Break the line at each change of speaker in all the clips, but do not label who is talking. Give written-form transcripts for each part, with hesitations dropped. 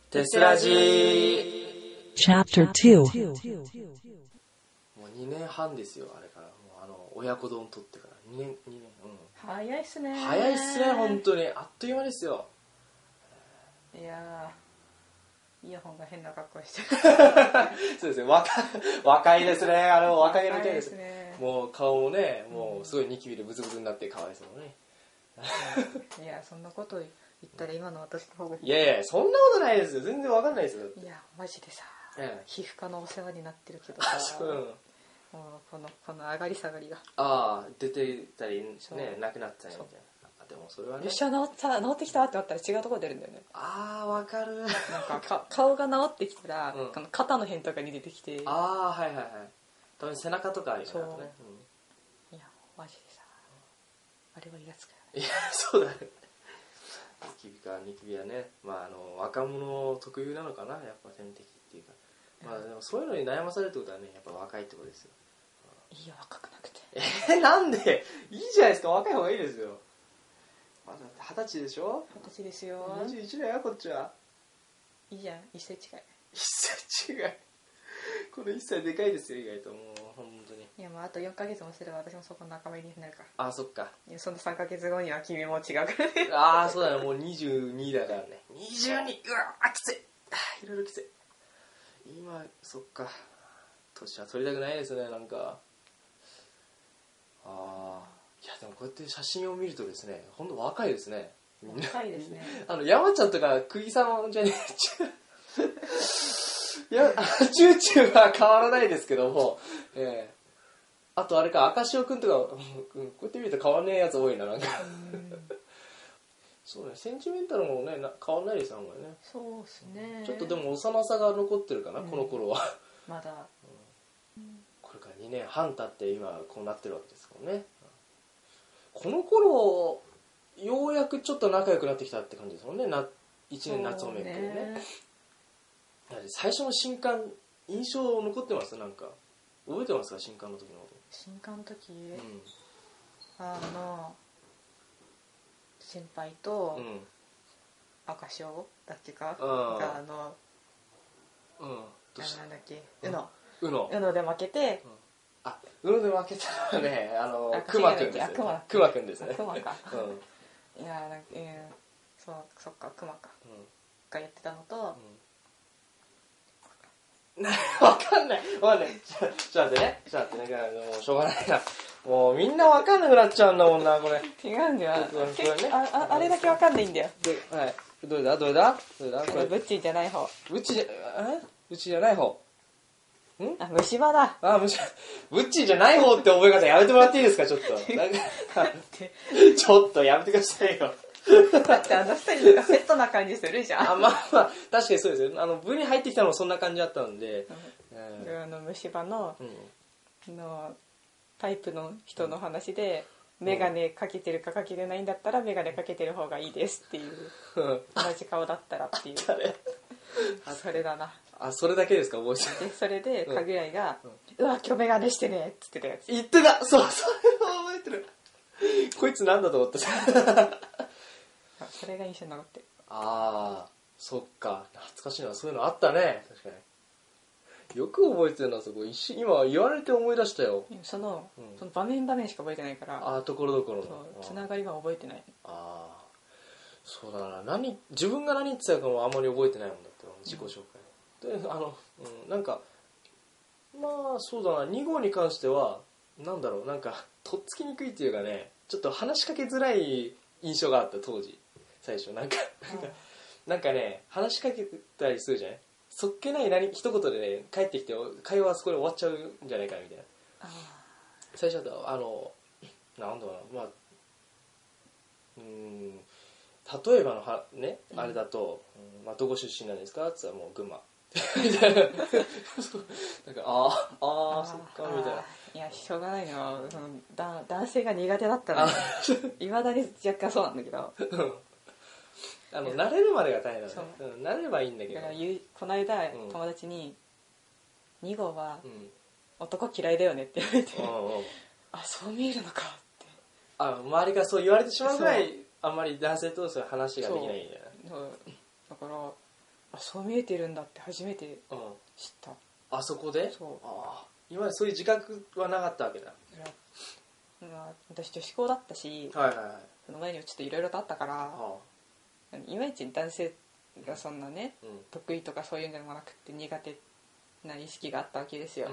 テスラジー
Chapter 2
もう2年半ですよ、あれから。もう親子丼取ってから2年、
早いっすね。
早いっすね、本当に。あっという間ですよ。
いやー、イヤホンが変な格好してる。
そうですね、若いですね、若気の手です
ね。
もう顔もね、もうすごいニキビでブツブツになってかわいそうね。
いや、そんなこと言ったら今の私の方が
いやいや、そんなことないですよ、全然わかんないですよ。
いや、マジでさ、
皮
膚科のお世話になってるけどさ、もうこの上がり下がりが。
ああ、出てたりね、なくなったりみたいな。でもそれはね。
よっしゃ、治ってきたってなったら違うところ出るんだよね。
ああ、わかる。
なんか顔が治ってきたら、この肩の辺とかに出てきて。
ああ、はいはいはい。たまに背中とかあるよね。
そうね。いや、マジでさ、あれはイラつくよね。
いや、そうだね。ニキビはね、まあ若者特有なのかな、やっぱ天敵っていうか。まあでもそういうのに悩まされるってことはね、やっぱ若いってことですよ。
いいよ、若くなくて。
なんでいいじゃないですか、若い方がいいですよ。まだ20歳でしょ。
20歳ですよ。
21だよ、こっちは。
いいじゃん、1歳近い。
1歳違い。この1歳でかいですよ、意外と。もう本当に。
いや、もうあと4ヶ月もすれば私もそこの仲間入りになるから。
あ、そっか。
いや、その3ヶ月後には君も違うからね。
ああ、そうだね、もう22だからね。22! うわ、きつい。いろいろきつい。今、そっか。年は取りたくないですね、なんか。ああ、いやでもこうやって写真を見るとですね、ほんと若いですね。
若いですね。
山ちゃんとか釘さんじゃねえ、いや、チューチューは変わらないですけども、あとあれか、赤潮くんとか、こうやって見ると変わんねえやつ多いな、なんか。そうね、センチメンタルもね、変わんないですよ、あんまりね。
そうですね。
ちょっとでも幼さが残ってるかな、この頃は。
まだ。
これから2年半経って今こうなってるわけですからね。この頃ようやくちょっと仲良くなってきたって感じですもんね。1年夏をめぐってね。最初の新刊印象残ってます？なんか覚えてますか、新刊の時のこと。
新刊の時、先輩と赤潮だっけかがなんだっけ、うので負けて、
うので負けたらね、くまくんですよ。くまくんですね。
くまか。いや、そっか、くまかがやってたのと、
わかんない。ちょっと待ってね。もうしょうがないな。もうみんなわかんなくなっちゃうんだもんな、これ。
違うんだよ。あれだけわかんないんだよ。
はい。どれだこれ
ブッチーじゃない方。
ブッチじゃない方。
虫歯だ。
ブッチじゃない方って覚え方やめてもらっていいですか、ちょっと。ちょっとやめてくださいよ。
だってあの人にセットな感じするじゃん。
まあ確かにそうですよ。部に入ってきたのもそんな感じだったんで。
虫歯のタイプの人の話で、メガネかけてるかかけてないんだったらメガネかけてる方がいいですっていう、同じ顔だったらっていう。それだな。
それだけですか、覚えて
る。それでかぐやいが、うわ今日メガネしてねって言ってたやつ。
言ってた。そう、それは覚えてる。こいつなんだと思った。
それが印象に残ってる。
そっか、懐かしいな。そういうのあったね、確かに。よく覚えてるな、そこ。今言われて思い出したよ。
その場面しか覚えてないから。
ところどころの
つながりは覚えてない。
そうだな。自分が何言ってたかもあんまり覚えてないもんだって、自己紹介で。なんかまあそうだな、2号に関してはなんだろう、なんかとっつきにくいっていうかね、ちょっと話しかけづらい印象があった、当時。最初なんかね、話しかけたりするじゃない。そっけない一言でね、帰ってきて会話はそこで終わっちゃうんじゃないかみたいな。最初だとなんだろうな、まあ例えばのね、あれだと、どこ出身なんですかって言ったらもう群馬みたいな。なんかそっかみたいな。
いや、しょうがないの。男性が苦手だったらいまだに若干そうなんだけど、
慣れるまでが大変だね。慣れればいいんだけど。
だからこの間友達に2号は男嫌いだよねって言われて、そう見えるのかって。
周りがそう言われてしまうぐらい、あんまり男性と話ができないみたいな。
だからあ、そう見えてるんだって初めて知った。
あそこで。
そう。
ああ、今までそういう自覚はなかったわけだ。
いや、まあ、私女子校だったし、
はいはいはい。
その前にはちょっといろいろとあったから、
はあ、
いまいち男性がそんなね、
うん、
得意とかそういうんでもなくて苦手な意識があったわけですよ。
うん、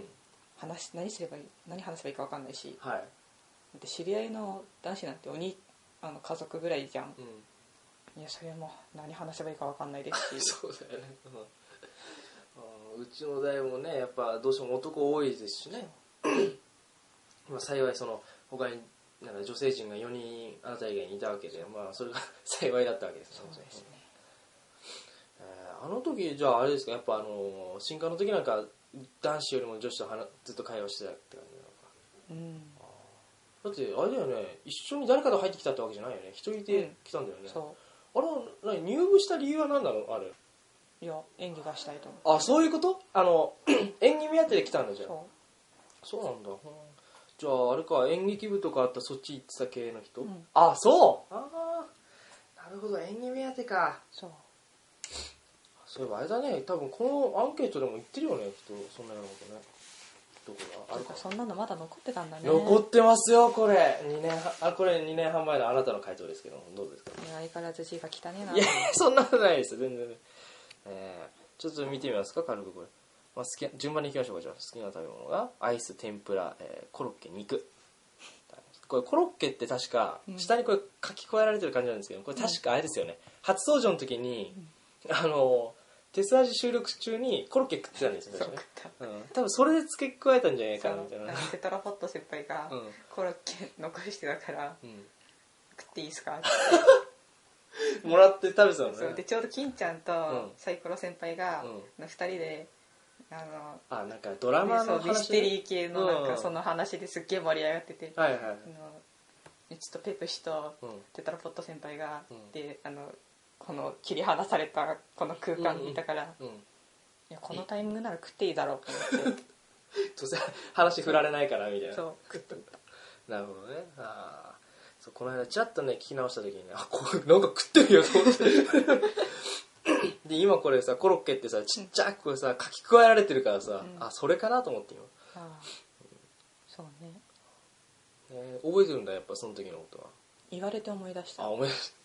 何すればいい、何話せばいいか分かんないし、
はい。
で知り合いの男子なんて家族ぐらいじゃん。
うん、
いや、それも何話せばいいか分かんないですし
そうだよね。うちの代もね、やっぱどうしても男多いですしね。まあ幸いその他になんか女性陣が4人あなた以外にいたわけで、まあそれが幸いだったわけです。
そうですね。
あの時じゃああれですか、やっぱ新刊の時なんか男子よりも女子とずっと会話してたって感じなのか。だってあれだよね、一緒に誰かと入ってきたってわけじゃないよね、一人で来たんだよね。
そ
あれは入部した理由は何なのあれ。
う。いや、演技がしたいと思う。
あ、そういうこと。演技目当てで来たんだじゃん。そうなんだ。じゃああれか、演劇部とかあったらそっち行ってた系の人、あ、そうなるほど、演技目当てか。そういえばあれだね、多分このアンケートでも言ってるよね、きっとそんなようなことね。どこがあるか。
そんなのまだ残ってたんだね。
残ってますよ、これこれ2年半前のあなたの回答ですけど、どうですか。
相変わらず字が汚ねえな。
いや、そんなことないですよ全然ね。ちょっと見てみますか、軽くこれ。まあ、順番にいきましょうか。じゃあ好きな食べ物がアイス、天ぷら、コロッケ、肉。これコロッケって確か下にこれ書き加えられてる感じなんですけど、これ確かあれですよね、初登場の時にテスラジ収録中にコロッケ食ってたんですよ。
そう食った、
多分それで付け加えたんじゃないかなみたいな。
テトラポット先輩がコロッケ残してたから、食っていいですかって
もらって食べてたのね。
そうで、ちょうど金ちゃんとサイコロ先輩が、2人で
なんかドラマの話、
ミステリー系のなんかその話ですっげえ盛り上がってて、
はいはい、
ちょっとペプシとテトラポット先輩が、でこの切り離されたこの空間にいたから、いやこのタイミングなら食っていいだろうと思って
突然話振られないからみたいな。
そう食った。
なるほどね。そう、この間ちらっとね聞き直した時にね、これなんか食ってるよと思ってで今これさ、コロッケってさちっちゃくこれさ書き加えられてるからさ、それかなと思って今。
そうね。
覚えてるんだ、やっぱその時のことは。
言われて思い出した。
思い出した。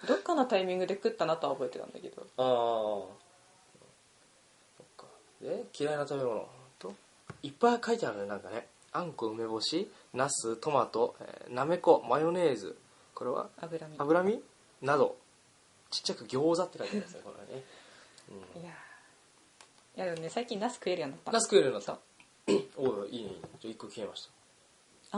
どっかのタイミングで食ったなとは覚えてたんだけど。
そっか。で嫌いな食べ物といっぱい書いてあるね。なんかね、あんこ、梅干し、ナス、トマト、なめこ、マヨネーズ、これは脂身など、ちっちゃく餃子って書いてあるんですねこれはね。
いやでもね、最近ナス食えるようになった。
ナス食えるようになった。おいいねいいね。じゃあ1個消えました。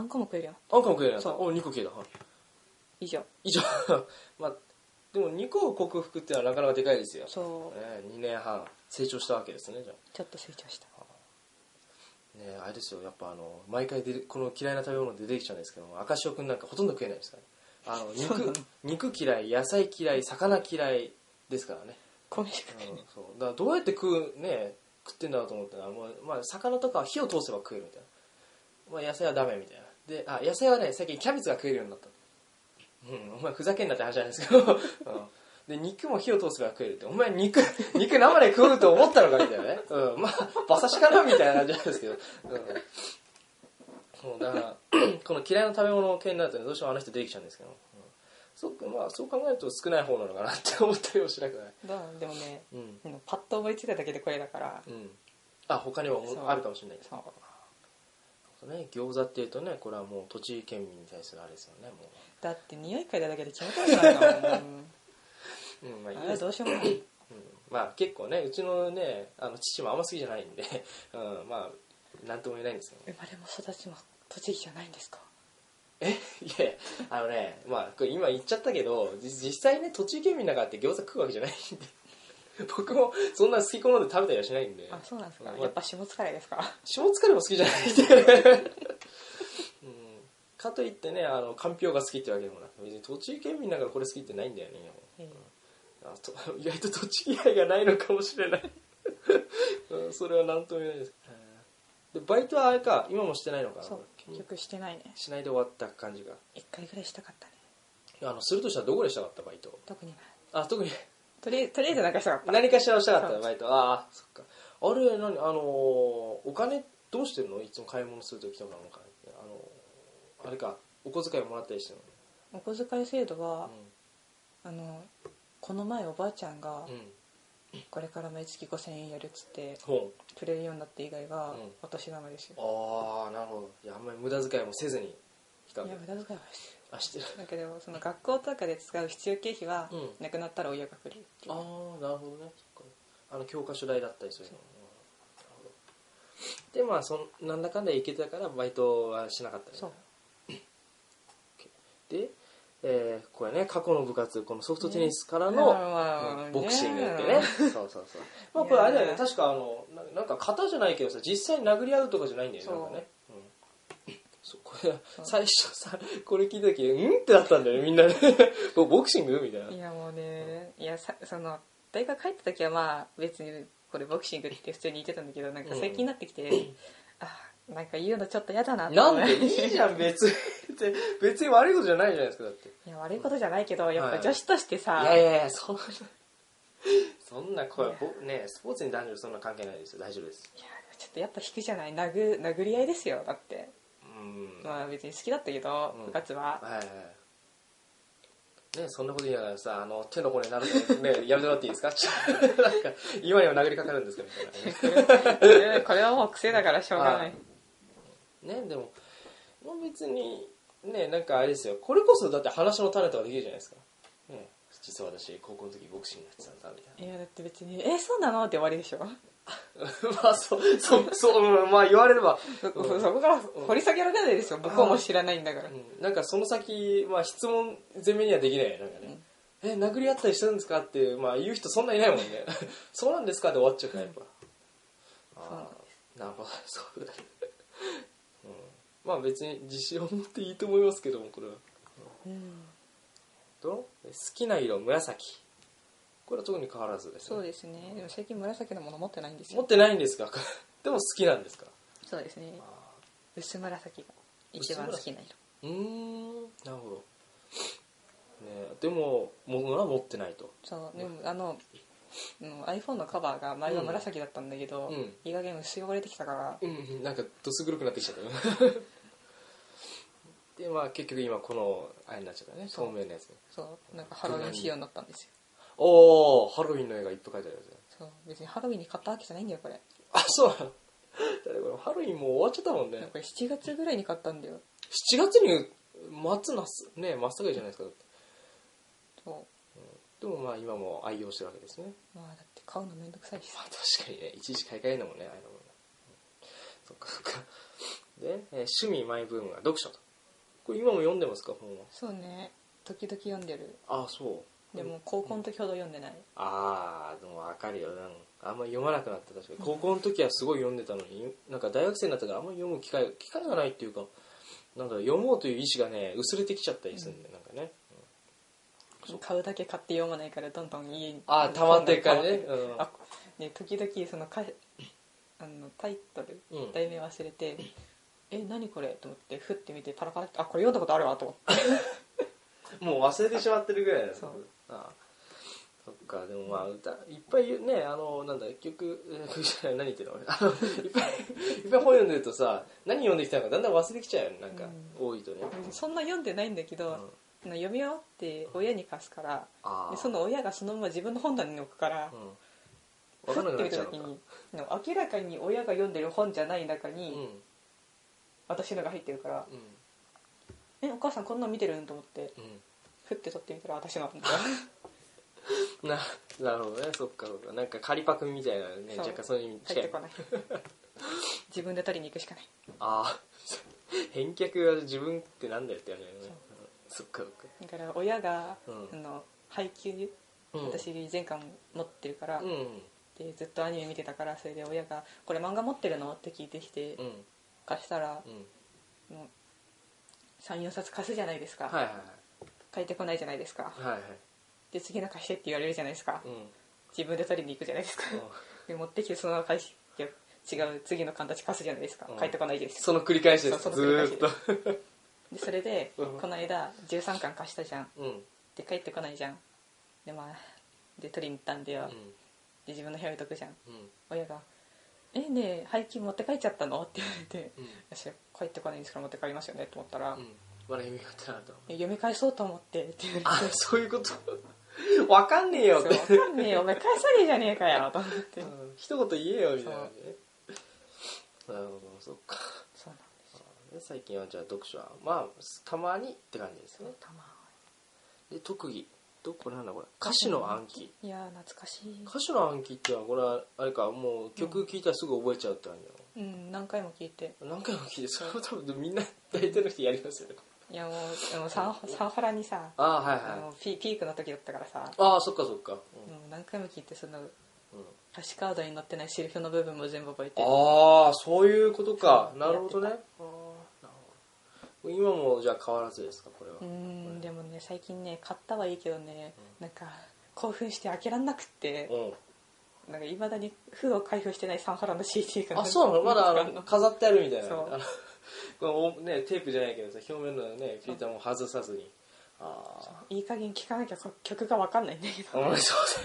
あんこも食えるよ。
あんこも食えるようになった。2個消えた。
以上
まあでも2個克服ってのはなかなかでかいですよ。
そう、
2年半成長したわけですね。じゃあ
ちょっと成長した
ね。あれですよ、やっぱ毎回この嫌いな食べ物で出てきちゃうんですけど、赤潮くんなんかほとんど食えないですからね。肉嫌い、野菜嫌い、魚嫌いですからね。
米しか食えない、
そうだからどうやって食ってんだろうと思ったら、もう、まあ、魚とかは火を通せば食えるみたいな、まあ、野菜はダメみたいな。で野菜はね、最近キャベツが食えるようになった。お前ふざけんなって話なんですけどで肉も火を通せば食えるって、お前肉生で食うと思ったのかみたいなね、まあ馬刺しかなみたいな感じなんですけど、そうだからこの嫌いな食べ物系になるとね、どうしてもあの人出てきちゃうんですけど、まあ、そう考えると少ない方なのかなって思ったりもしなくない。
でもね、パッと思いついただけでこれだから、
他にもあるかもしれないですね。餃子っていうとね、これはもう栃木県民に対するあれですよね。もう
だって匂い嗅いだだけで気持ち悪くないかも
まあいい
あれどうしようもない、
まあ結構ね、うちのね父もあんま好きじゃないんでまあなんとも言えないんですけど、
生まれも育ちも栃木じゃないんですか。
いやまあこれ今言っちゃったけど、実際ね栃木県民だからって餃子食うわけじゃないんで僕もそんな好き好んで食べたりはしないんで。
あ、そうなんですか。やっぱ下疲れですか。
下疲れも好きじゃないんでかといってね、かんぴょうが好きってわけでもなく、別に栃木県民だからこれ好きってないんだよね。意外と栃木愛がないのかもしれないそれは何とも言えないです。でバイトはあれか、今もしてないのかな。
そう、結局してないね。
しないで終わった感じが。
1回ぐらいしたかったね。
するとしたらどこでしたかったバイト。
特にない。
特に
とりあえずなんかしたかった。
何かしらをしたかった
そう
バイト。ああそっか。あれ何お金どうしてるの？いつも買い物するときとかのお金ってあれかお小遣いもらったりしてる
お小遣い制度は、
の？
この前おばあちゃんが、
うん
これから毎月5000円やるっつって
ほ
くれるようになって以外は、
うん
お年玉ですよ。
ああなるほど。いやあんまり無駄遣いもせずに来たんだ。
いや無駄遣いはしてる。
あしてる。
だけどその学校とかで使う必要経費は、
うん
なくなったら親がくれるっていう。
ああなるほどね。そっか教科書代だったりそういうの。なるほど。でまあなんだかんだ行けたからバイトはしなかったね。
そう
で、これね過去の部活このソフトテニスからの、ボクシングってねそうそうそうまあこれあれだよね確かなんか型じゃないけどさ実際に殴り合うとかじゃないんだよねなんかね、そうこれ最初さこれ聞いた時うんってなったんだよねみんなでボクシングみたいな。
いやもうね、いやその大学入った時はまあ別にこれボクシングって普通に言ってたんだけどなんか最近になってきて、なんか言うのちょっと嫌だなって
なんでいいじゃん別に悪いことじゃないじゃないですかだって。
いや悪いことじゃないけどやっぱ女子としてさ、
いやそんな声ねスポーツに男女そんな関係ないですよ大丈夫です。
いやちょっとやっぱ引くじゃない。殴り合いですよだって。
うん
まあ別に好きだったけど、部活は
はいはいねそんなこと言いながらさ手の骨になるのねやめてもらっていいですかなんか今には殴りかかるんですかみたいなね
これはもう癖だからしょうがない。
ねでも別にねなんかあれですよこれこそだって話の種とかできるじゃないですか、ね、実は私高校の時ボクシングやってたんだみたい
いやだって別にそうなのって終わりでしょ。
なまあそうまあ言われれば
そこから掘り下げられないですよ、向こうも知らないんだから。
なんかその先、まあ、質問全面にはできないなんかね、殴り合ったりしたんですかって、まあ、言う人そんないないもんねそうなんですかで終わっちゃうからやっぱ、なるほどそうだね、まあ別に自信を持っていいと思いますけどもこれは、好きな色紫これは特に変わらずですね。
そうですね。でも最近紫のもの持ってないんですよ。
持ってないんですかでも好きなんですか？
そうですね。薄紫が一番好きな色。
なるほど、ね、でも物は持ってないと。
そうでもiPhone のカバーが前は紫だったんだけど、いい加減薄汚れてきたから、
なんかどす黒くなってきちゃったよでまあ結局今このあれになっちゃったね透明なやつ。
そうなんかハロウィン仕様になったんですよ。
おおハロウィンの絵がいっぱい描いてあるやつ。
そう別にハロウィンに買ったわけじゃないんだよこれ。
あそうなの誰これハロウィンもう終わっちゃったもんね。
これ7月ぐらいに買ったんだよ。
7月に松なすね真っ盛りじゃないですかだって。
そう、
でもまあ今も愛用してるわけですね。
まあだって買うのめんどくさいしさ。
確かにねいちいち買い替えるのもねあれだもんね、そっかそっかで、趣味マイブームが読書と。これ今も読んでますか本は？
そうね時々読んでる。
ああそう
でも高校の時ほど読んでない、
ああでも分かるよあんまり読まなくなった確かに。高校の時はすごい読んでたのになんか大学生になったからあんまり読む機会がないっていうかなんか読もうという意志がね薄れてきちゃったりするんで、なんかね、
買うだけ買って読まないからどんどん家に
溜まっていくからね、
ね時々そのタイトル、題名忘れて何これと思ってふって見てパラパラってこれ読んだことあるわと思って
もう忘れてしまってるぐらいだよ。
そう
そっかでもまあ歌いっぱいねなんだ曲何言ってるの俺いっぱい本読んでるとさ何読んできたのかだんだん忘れてきちゃうよねなんか、多いとね。
そんな読んでないんだけど、読み終わって親に貸すから、でその親がそのまま自分の本棚に置くから、
分かんなくなっ
見た
ちゃうのか。
時に明らかに親が読んでる本じゃない中に、私のが入ってるから、お母さんこんなん見てるんと思って、ふって取ってみたら私のなんだ
なるほどね。そっかそっか。なんか仮パクみたいなね若干そういう意味
入ってこない自分で取りに行くしかない。
ああ返却は自分ってなんだよって言われるね。そっかそっか。
だから親が、配給、私前回持ってるから、でずっとアニメ見てたからそれで親が「これ漫画持ってるの?」って聞いてきて、貸したら、もう 3,4 冊貸すじゃないですか、帰ってこないじゃないですか、で次の貸してって言われるじゃないですか、自分で取りに行くじゃないですか、で持ってきてそのまま返して違う次の形貸すじゃないですか、帰ってこないです。
その繰り返しです。ずーっと
でそれで、この間13巻貸したじゃん、で帰ってこないじゃん。でまあで取りに行ったんだよ、
うん、
で自分の部屋置いとくじゃん、
うん、
親がねえ廃棄持って帰っちゃったのって言われて、
うん、
私帰ってこないんですから持って帰りますよねと思ったら、
うん、まだ読み方なかったの。
読み返そうと思ってって言われて、
あ、そういうことわかんねえよって。
分かんねえよお前返さねえじゃねえかよと思って、
一言言えよみたいなね。なるほど、そっか。
そうなんですよ。
最近はじゃあ読書はまあたまにって感じですね。
たま
で特技これなんだこれ、歌詞の暗記。
いや懐かしい。
歌詞の暗記ってのはこれはあれか、もう曲聴いたらすぐ覚えちゃうって感じなの。
何回も聞いて、
何回も聞いて、それは多分みんな大体の人やりますよね。
いやもうでもサンホラにさ、
はいはい、
ピークの時だったからさ、
そっかそっか、
何回も聞いて、その歌詞カードに載ってないセリフの部分も全部覚えて、
そういうことか。なるほどね。今もじゃあ変わらずですかこれは。
でもね最近ね買ったはいいけどね、なんか興奮して開けらんなくって、なんかいまだに封を開封してないサンホラの CD が
そうなの、まだ飾ってあるみたいな。このねテープじゃないけどさ、表面のねフィルターも外さずに、
いい加減聴かなきゃ曲が分かんないんだけど。
そうだよね。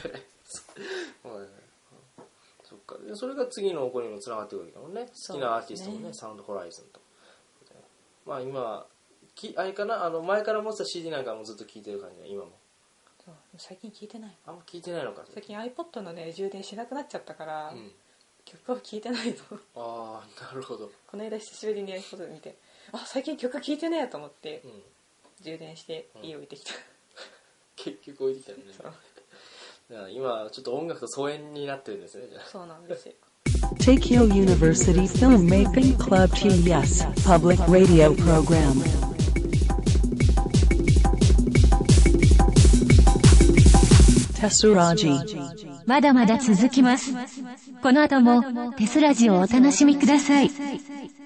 そっか。それが次の子にもつながってくるけどね。好きなアーティストもね、サウンドホライズンと。まあ今あれかな、前から持ってた CD なんかもずっと聴いてる感じで、今も。
最近聴いてない。
あんま聴いてないのか。
最近 iPod のね充電しなくなっちゃったから、曲を聴いてないの。
なるほど。
この間久しぶりに iPod 見て、最近曲聴いてねえと思って、充電して家置いてきた。
結局置いてきたよね。だから今ちょっと音楽と疎遠になってるんですね。じゃあ
そうなんですよ。
Tokyo University Filmmaking Club TES Public Radio Program Tesuraji
まだまだ続きます。この後もテスラジをお楽しみください。